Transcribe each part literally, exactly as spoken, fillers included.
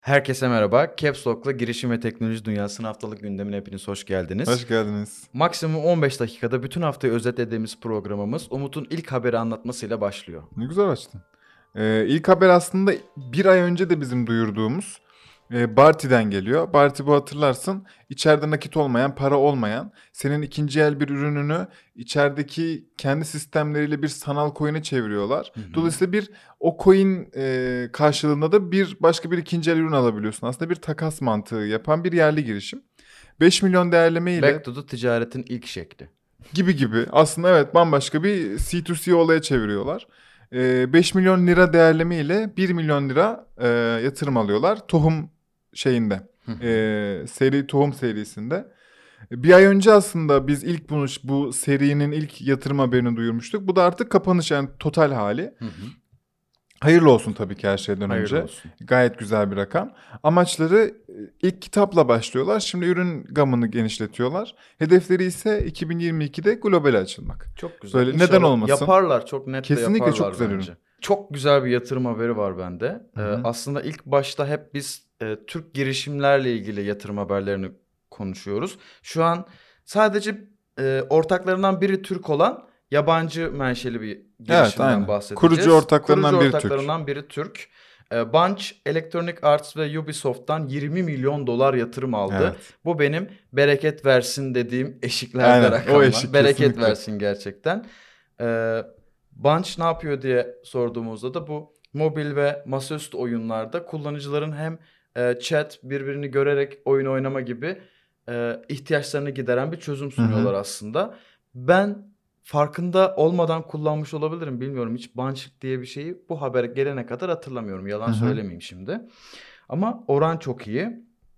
Herkese merhaba. Caps Lock'la girişim ve teknoloji dünyasının haftalık gündemine hepiniz hoş geldiniz. Hoş geldiniz. Maksimum on beş dakikada bütün haftayı özetlediğimiz programımız Umut'un ilk haberi anlatmasıyla başlıyor. Ne güzel açtın. Ee, ilk haber aslında bir ay önce de bizim duyurduğumuz e, Barti'den geliyor. Barti, bu hatırlarsın, içeride nakit olmayan, para olmayan, senin ikinci el bir ürününü içerideki kendi sistemleriyle bir sanal coin'e çeviriyorlar. Hı hı. Dolayısıyla bir o coin e, karşılığında da bir başka bir ikinci el ürün alabiliyorsun. Aslında bir takas mantığı yapan bir yerli girişim. beş milyon değerleme ile Back to the ticaretin ilk şekli. gibi gibi. Aslında evet, bambaşka bir C iki C olaya çeviriyorlar. Ee, beş milyon lira değerleme ile bir milyon lira e, yatırım alıyorlar. Tohum şeyinde. Hı hı. e, seri tohum serisinde. Bir ay önce aslında biz ilk bunu, bu serinin ilk yatırım haberini duyurmuştuk. Bu da artık kapanış, yani total hali. Hı hı. Hayırlı olsun tabii ki her şeyden Hayırlı önce. olsun. Gayet güzel bir rakam. Amaçları, e, ilk kitapla başlıyorlar. Şimdi ürün gamını genişletiyorlar. Hedefleri ise iki bin yirmi ikide globale açılmak. Çok güzel. Böyle İnşallah neden olmasın? yaparlar. Çok net de Kesinlikle yaparlar çok güzel bence. ürün. Çok güzel bir yatırım haberi var bende. Ee, Hı hı. aslında ilk başta hep biz e, Türk girişimlerle ilgili yatırım haberlerini konuşuyoruz. Şu an sadece e, ortaklarından biri Türk olan yabancı menşeli bir Evet, girişimden aynen. bahsedeceğiz. Kurucu ortaklarından Kurucu biri Türk. ortaklarından biri Türk. E, Bunch, Electronic Arts ve Ubisoft'tan yirmi milyon dolar yatırım aldı. Evet. Bu benim bereket versin dediğim eşiklerde Aynen, o rakamlar. eşik Bereket kesinlikle. versin gerçekten. Ee, Bunch ne yapıyor diye sorduğumuzda da bu mobil ve masaüstü oyunlarda kullanıcıların hem e, chat, birbirini görerek oyun oynama gibi e, ihtiyaçlarını gideren bir çözüm Hı sunuyorlar hı. aslında. Ben farkında olmadan kullanmış olabilirim, bilmiyorum. Hiç Bunch diye bir şeyi bu haber gelene kadar hatırlamıyorum. Yalan Hı hı. söylemeyeyim şimdi. Ama oran çok iyi.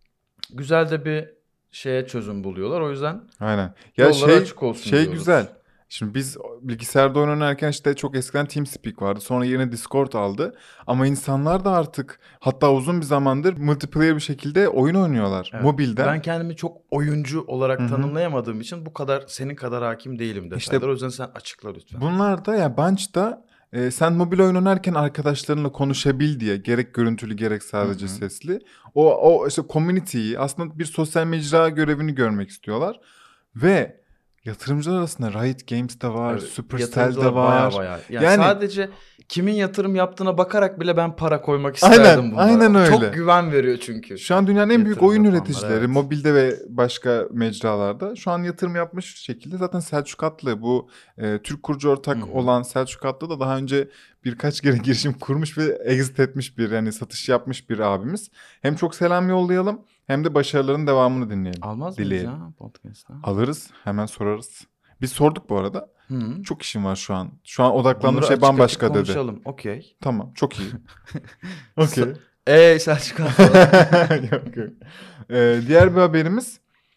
Güzel de bir şeye çözüm buluyorlar. O yüzden Aynen. Ya yolları şey açık olsun şey diyoruz. güzel. Şimdi biz bilgisayarda oyun oynarken işte çok eskiden TeamSpeak vardı. Sonra yerine Discord aldı. Ama insanlar da artık, hatta uzun bir zamandır multiplayer bir şekilde oyun oynuyorlar. Evet. Mobilden. Ben kendimi çok oyuncu olarak Hı hı. tanımlayamadığım için bu kadar senin kadar hakim değilim İşte detaylara. O yüzden sen açıkla lütfen. bunlar da, ya Bunch'ta e, sen mobil oyun oynarken arkadaşlarınla konuşabil diye, gerek görüntülü gerek sadece Hı hı. sesli, o o işte community'yi, aslında bir sosyal mecra görevini görmek istiyorlar. Ve yatırımcılar arasında Riot Games de var, Evet, Supercell de yatırımcılar baya var. baya. Yani, Yani sadece kimin yatırım yaptığına bakarak bile ben para koymak aynen, isterdim bunlara. aynen öyle. Çok güven veriyor çünkü. Şu an dünyanın en büyük Yatırım oyun yapanlar, üreticileri, evet. mobilde ve başka mecralarda şu an yatırım yapmış şekilde. Zaten Selçuk Atlı, bu e, Türk kurucu Hı ortak hı. olan Selçuk Atlı da daha önce birkaç kere girişim kurmuş ve exit etmiş bir, yani satış yapmış bir abimiz. Hem çok selam yollayalım, hem de başarıların devamını dinleyelim. Almaz mıyız Dileyelim. ya podcast'a? Alırız, hemen sorarız. Biz sorduk bu arada. Hı. Çok işim var şu an. Şu an odaklandığım Bunları şey açık açık bambaşka dedi. konuşalım. Okey. Tamam, çok iyi. Okey. Eee Selçuk abi. Yok yok. Ee, diğer bir haberimiz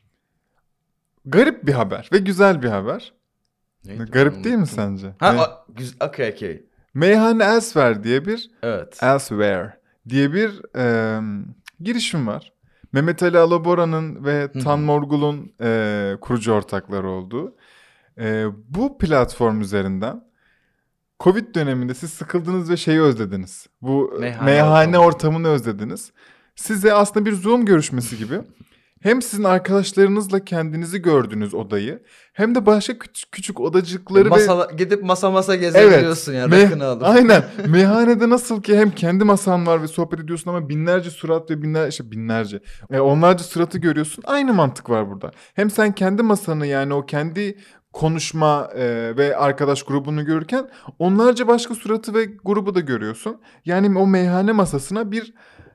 garip bir haber ve güzel bir haber. Neydi ben Garip değil mi unuttum. sence? Ha, Me- a- güzel. Okey okey. Meyhane Elsewhere diye bir Evet. Elsewhere diye bir e, girişim var. Mehmet Ali Alabora'nın ve Hı Tan hı. Morgul'un e, kurucu ortakları olduğu. E, bu platform üzerinden Covid döneminde siz sıkıldınız ve şeyi özlediniz. Bu Meyhane meyhane ortamı. ortamını özlediniz. Size aslında bir Zoom görüşmesi gibi, hem sizin arkadaşlarınızla kendinizi gördüğünüz odayı, hem de başka küçük, küçük odacıkları ve Masala, gidip masa masa evet, gezebiliyorsun yani me- rakını alıp. aynen, meyhanede nasıl ki hem kendi masan var ve sohbet ediyorsun, ama binlerce surat ve binler işte binlerce e, onlarca suratı görüyorsun. Aynı mantık var burada. Hem sen kendi masanı, yani o kendi konuşma e, ve arkadaş grubunu görürken, onlarca başka suratı ve grubu da görüyorsun. Yani o meyhane masasına bir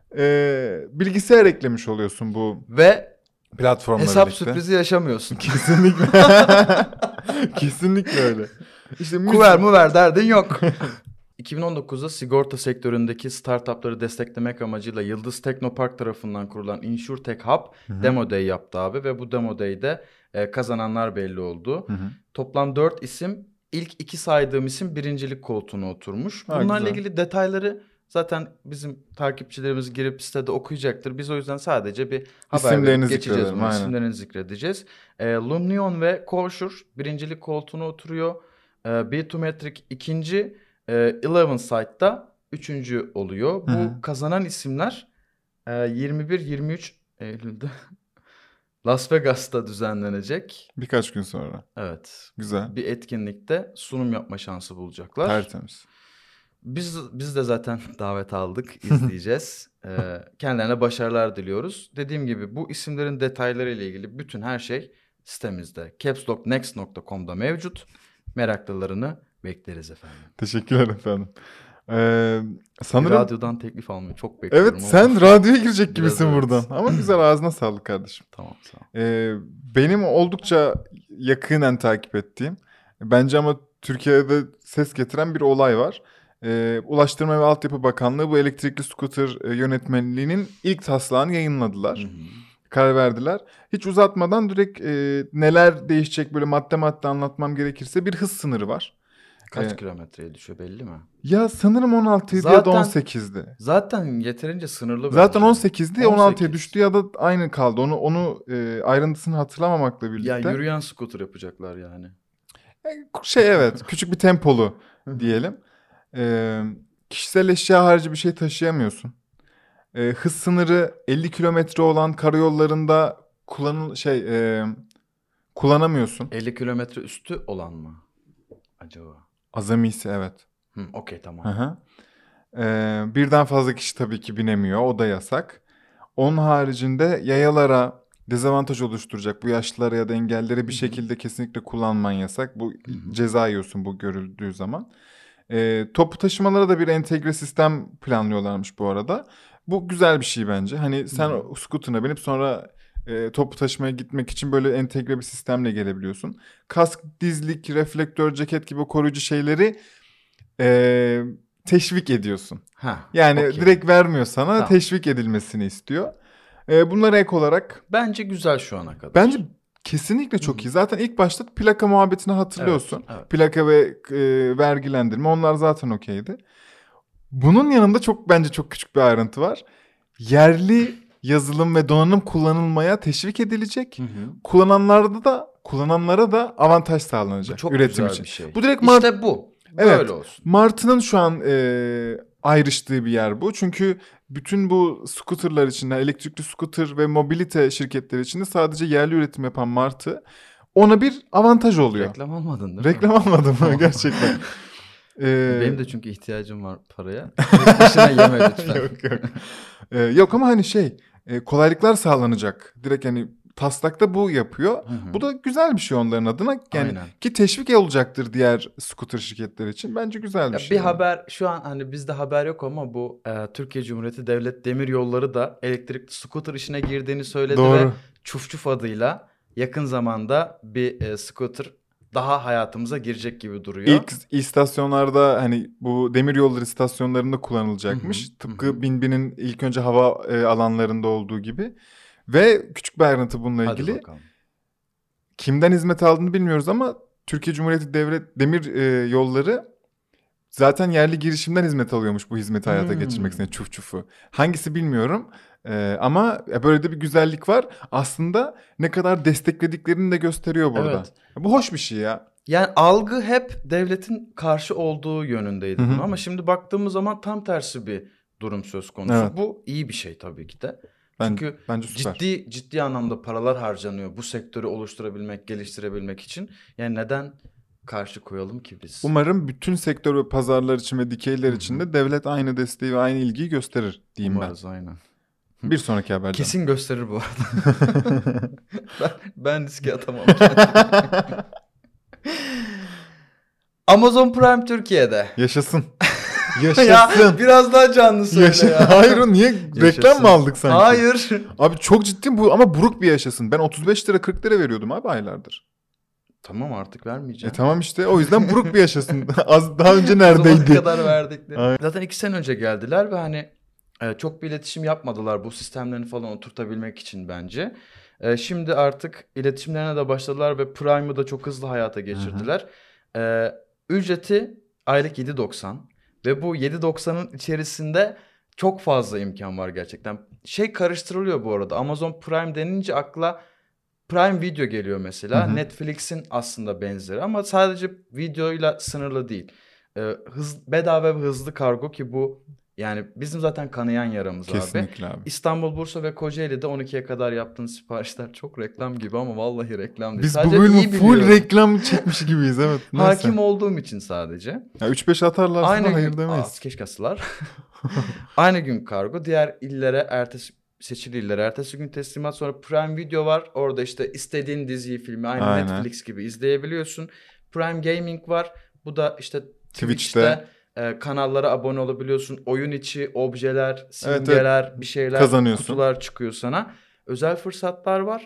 e, bilgisayar eklemiş oluyorsun bu Ve platformla hesap birlikte. sürprizi yaşamıyorsun. Kesinlikle. Kesinlikle öyle. İşte müzik- Kuver mu ver derdin yok. iki bin on dokuzda sigorta sektöründeki startupları desteklemek amacıyla Yıldız Teknopark tarafından kurulan InsurTech Hub Hı-hı. Demo Day yaptı abi ve bu Demo Day'de e, kazananlar belli oldu. Hı-hı. Toplam dört isim, ilk iki saydığım isim birincilik koltuğuna oturmuş. Ha, Bunlarla güzel. ilgili detayları zaten bizim takipçilerimiz girip sitede okuyacaktır. Biz o yüzden sadece bir haber İsimlerini verip geçeceğiz zikredelim, bunu. aynen. İsimlerini zikredeceğiz. E, Lumnion ve Koşur birincilik koltuğuna oturuyor. E, B iki Metric ikinci, e, Eleven Site'da üçüncü oluyor. Bu Hı hı. kazanan isimler Ee, yirmi bir yirmi üç Eylül'de Las Vegas'ta düzenlenecek. Birkaç gün sonra. Evet. Güzel. Bir etkinlikte sunum yapma şansı bulacaklar. Tertemiz. Biz biz de zaten davet aldık, izleyeceğiz. Ee, kendilerine başarılar diliyoruz. Dediğim gibi bu isimlerin detayları ile ilgili bütün her şey sitemizde caps lock next nokta com'da mevcut. Meraklılarını bekleriz efendim. Teşekkürler efendim. Ee, Bir sanırım radyodan teklif almayı çok bekliyorum evet ama sen radyoya girecek biraz gibisin evet. buradan. Ama güzel, ağzına sağlık kardeşim. Tamam sağ ol. Ee, benim oldukça yakinen takip ettiğim, bence ama Türkiye'de ses getiren bir olay var. Ee, Ulaştırma ve Altyapı Bakanlığı bu elektrikli scooter e, yönetmeliğinin ilk taslağını yayınladılar. Hı hı. Karar verdiler. Hiç uzatmadan direkt e, neler değişecek böyle madde madde anlatmam gerekirse bir hız sınırı var. Kaç Ee, kilometreye düşüyor belli mi? Ya sanırım on altıydı ya da Zaten- on sekizdi. Zaten yeterince sınırlı Zaten bence. on sekizdi, on altıya on sekiz. düştü ya da aynı kaldı. Onu onu e, ayrıntısını hatırlamamakla birlikte. Ya yürüyen scooter yapacaklar yani. Şey evet, küçük bir tempolu diyelim. Ee, kişisel eşya harici bir şey taşıyamıyorsun. Ee, hız sınırı elli kilometre olan karayollarında kullanıl şey e, kullanamıyorsun. elli kilometre üstü olan mı acaba? Azamisi evet. Hı, okey tamam. Hı hı. Ee, birden fazla kişi tabii ki binemiyor. O da yasak. Onun haricinde yayalara dezavantaj oluşturacak bu yaşlılara ya da engellilere bir Hı hı. şekilde kesinlikle kullanman yasak. Bu Hı hı. ceza yiyorsun bu görüldüğü zaman. Ee, toplu taşımalara da bir entegre sistem planlıyorlarmış bu arada. Bu güzel bir şey bence. Hani sen Hı hı. o scooter'ına binip sonra e, toplu taşımaya gitmek için böyle entegre bir sistemle gelebiliyorsun. Kask, dizlik, reflektör, ceket gibi koruyucu şeyleri e, teşvik ediyorsun. Ha, Yani okey. direkt vermiyor sana, Tamam. teşvik edilmesini istiyor. E, bunlara ek olarak Bence güzel şu ana kadar. bence kesinlikle çok Hı hı. iyi. Zaten ilk başta plaka muhabbetini hatırlıyorsun. Evet, evet. Plaka ve e, vergilendirme, onlar zaten okeydi. Bunun yanında çok bence çok küçük bir ayrıntı var. Yerli yazılım ve donanım kullanılmaya teşvik edilecek. Hı hı. Kullananlarda da kullananlara da avantaj Bu sağlanacak çok üretim güzel için. bir şey. Bu direkt mart- İşte bu. Evet. Böyle olsun. Martı'nın şu an e, ayrıştığı bir yer bu. Çünkü bütün bu scooterlar içinde, elektrikli scooter ve mobilite şirketleri içinde sadece yerli üretim yapan Martı ona bir avantaj oluyor. Reklam almadın değil mi? Reklam almadım mı gerçekten? Ee, Benim de çünkü ihtiyacım var paraya. Tek başına yeme lütfen. yok yok. Ee, yok ama hani şey e, kolaylıklar sağlanacak. Direkt hani taslakta bu yapıyor. Hı hı. Bu da güzel bir şey onların adına. Yani Aynen. ki teşvik olacaktır diğer scooter şirketleri için. Bence güzel bir Ya şey. bir haber şu an hani bizde haber yok ama bu e, Türkiye Cumhuriyeti Devlet Demiryolları da elektrikli scooter işine girdiğini söyledi Doğru. ve Çuf Çuf adıyla yakın zamanda bir e, scooter daha hayatımıza girecek gibi duruyor. İlk istasyonlarda hani bu demiryolları istasyonlarında kullanılacakmış. Hı hı, Tıpkı hı hı. Binbin'in ilk önce hava e, alanlarında olduğu gibi. Ve küçük bir ayrıntı bununla Hadi ilgili. bakalım. Kimden hizmet aldığını bilmiyoruz ama Türkiye Cumhuriyeti Devlet Demir e, Yolları zaten yerli girişimden hizmet alıyormuş bu hizmeti hayata Hmm. geçirmek için, çuf çufu. Hangisi bilmiyorum. E, ama böyle de bir güzellik var. Aslında ne kadar desteklediklerini de gösteriyor burada. Evet. Bu hoş bir şey ya. Yani algı hep devletin karşı olduğu yönündeydi Hı hı. buna ama şimdi baktığımız zaman tam tersi bir durum söz konusu. Evet. Bu iyi bir şey tabii ki de. Ben, Çünkü bence süper. ciddi ciddi anlamda paralar harcanıyor bu sektörü oluşturabilmek, geliştirebilmek için. Yani neden karşı koyalım ki biz? Umarım bütün sektör ve pazarlar için ve dikeyler Hı hı. için de devlet aynı desteği ve aynı ilgiyi gösterir diyeyim Umarız aynen. ben. Bir sonraki haberden. Kesin gösterir bu arada. ben, ben riske atamam. Amazon Prime Türkiye'de. Yaşasın. Ya Yaşasın. biraz daha canlı söyle Yaşa- ya. Hayır o niye reklam Yaşasın. mı aldık sanki? Hayır. Abi çok ciddi bu ama buruk bir yaşasın. Ben otuz beş lira kırk lira veriyordum abi aylardır. Tamam artık E vermeyeceğim. tamam işte o yüzden buruk bir yaşasın. Az daha önce O zamana neredeydi? kadar verdik. de. Aynen. Zaten iki sene önce geldiler ve hani e, çok bir iletişim yapmadılar bu sistemlerini falan oturtabilmek için bence. E, şimdi artık iletişimlerine de başladılar ve Prime'ı da çok hızlı hayata geçirdiler. E, ücreti aylık yedi doksan ve bu yedi doksanın içerisinde çok fazla imkan var gerçekten. Şey karıştırılıyor bu arada. Amazon Prime denince akla Prime Video geliyor mesela. Hı hı. Netflix'in aslında benzeri ama sadece videoyla sınırlı değil. Ee, hız, bedava ve hızlı kargo ki bu Yani bizim zaten kanayan yaramız abi. Kesinlikle abi. İstanbul, Bursa ve Kocaeli'de on ikiye kadar yaptığın siparişler çok reklam gibi ama vallahi reklam değil. Biz Sadece bu bölümü iyi full biliyorum. reklam çekmiş gibiyiz evet. Neyse. Hakim olduğum için sadece. Ya üç beş atarlarsa Aynı da gün, hayır Aa, demeyiz. keşke asılar. Aynı gün kargo. Diğer illere ertesi seçili illere ertesi gün teslimat, sonra Prime Video var. Orada işte istediğin diziyi, filmi aynı Aynen. Netflix gibi izleyebiliyorsun. Prime Gaming var. Bu da işte Twitch'te. Twitch'te e, kanallara abone olabiliyorsun. Oyun içi objeler, Evet, simgeler, bir şeyler, Kazanıyorsun. kutular çıkıyor sana. Özel fırsatlar var.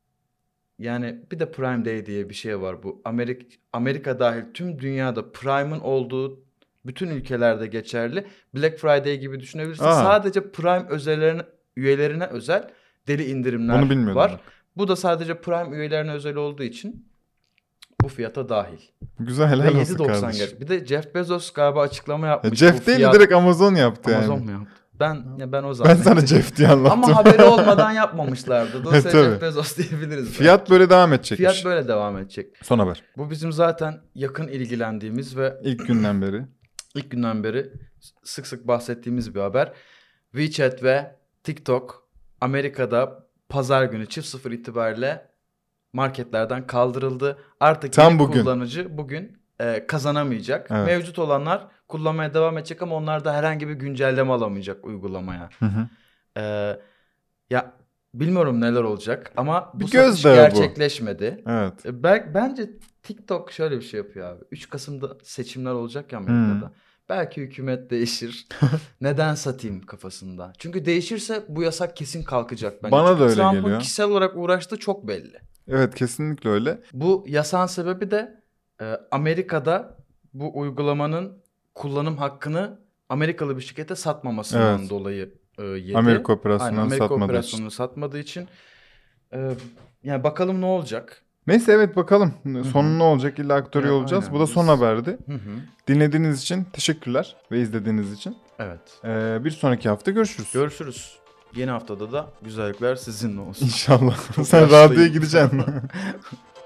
Yani bir de Prime Day diye bir şey var. Bu Amerika, Amerika dahil tüm dünyada Prime'ın olduğu bütün ülkelerde geçerli. Black Friday gibi düşünebilirsin. Aa. Sadece Prime özellerine, üyelerine özel deli indirimler Bunu bilmiyordum var. bak. Bu da sadece Prime üyelerine özel olduğu için bu fiyata dahil. Güzel, Ve helal yedi olsun doksan kardeşim. gerçek. Bir de Jeff Bezos galiba açıklama Ya yapmış. Jeff Bu değil de fiyat- direkt Amazon yaptı Amazon yani. mu yaptı? Ben ya ben o Ben zaman. sana Jeff diye anlattım. Ama haberi olmadan yapmamışlardı. Dolayısıyla tabii. Jeff Bezos diyebiliriz. Fiyat böyle devam edecekmiş. Fiyat böyle devam edecek. Son haber. Bu bizim zaten yakın ilgilendiğimiz ve İlk günden beri. ilk günden beri sık sık bahsettiğimiz bir haber. WeChat ve TikTok Amerika'da pazar günü çift sıfır itibariyle marketlerden kaldırıldı. Artık Tam yeni bugün. kullanıcı bugün e, kazanamayacak. Evet. Mevcut olanlar kullanmaya devam edecek ama onlar da herhangi bir güncelleme alamayacak uygulamaya. Hı hı. E, ya bilmiyorum neler olacak ama Bir bu satış gözdağı bu. gerçekleşmedi. Evet. E, bel- bence TikTok şöyle bir şey yapıyor abi. üç Kasım'da seçimler olacak ya Amerika'da. Hmm. Belki hükümet değişir. Neden satayım kafasında. Çünkü değişirse bu yasak kesin kalkacak bence. Bana Çünkü da öyle Trump'ın geliyor. kişisel olarak uğraştığı çok belli. Evet, kesinlikle öyle. Bu yasağın sebebi de e, Amerika'da bu uygulamanın kullanım hakkını Amerikalı bir şirkete satmamasından Evet. dolayı e, yedi. Amerika Aynen, operasyonunu Amerika satmadığı için. operasyonunu satmadığı için. E, yani bakalım ne olacak. Neyse evet bakalım. Sonu ne olacak? İlla aktörü Ya, olacağız. aynen. Bu da son Biz- haberdi. Hı hı. Dinlediğiniz için teşekkürler ve izlediğiniz için. Evet. Ee, bir sonraki hafta görüşürüz. Görüşürüz. Yeni haftada da güzellikler sizinle olsun. İnşallah. Çok Sen yaşlıyım. radyoya gideceksin.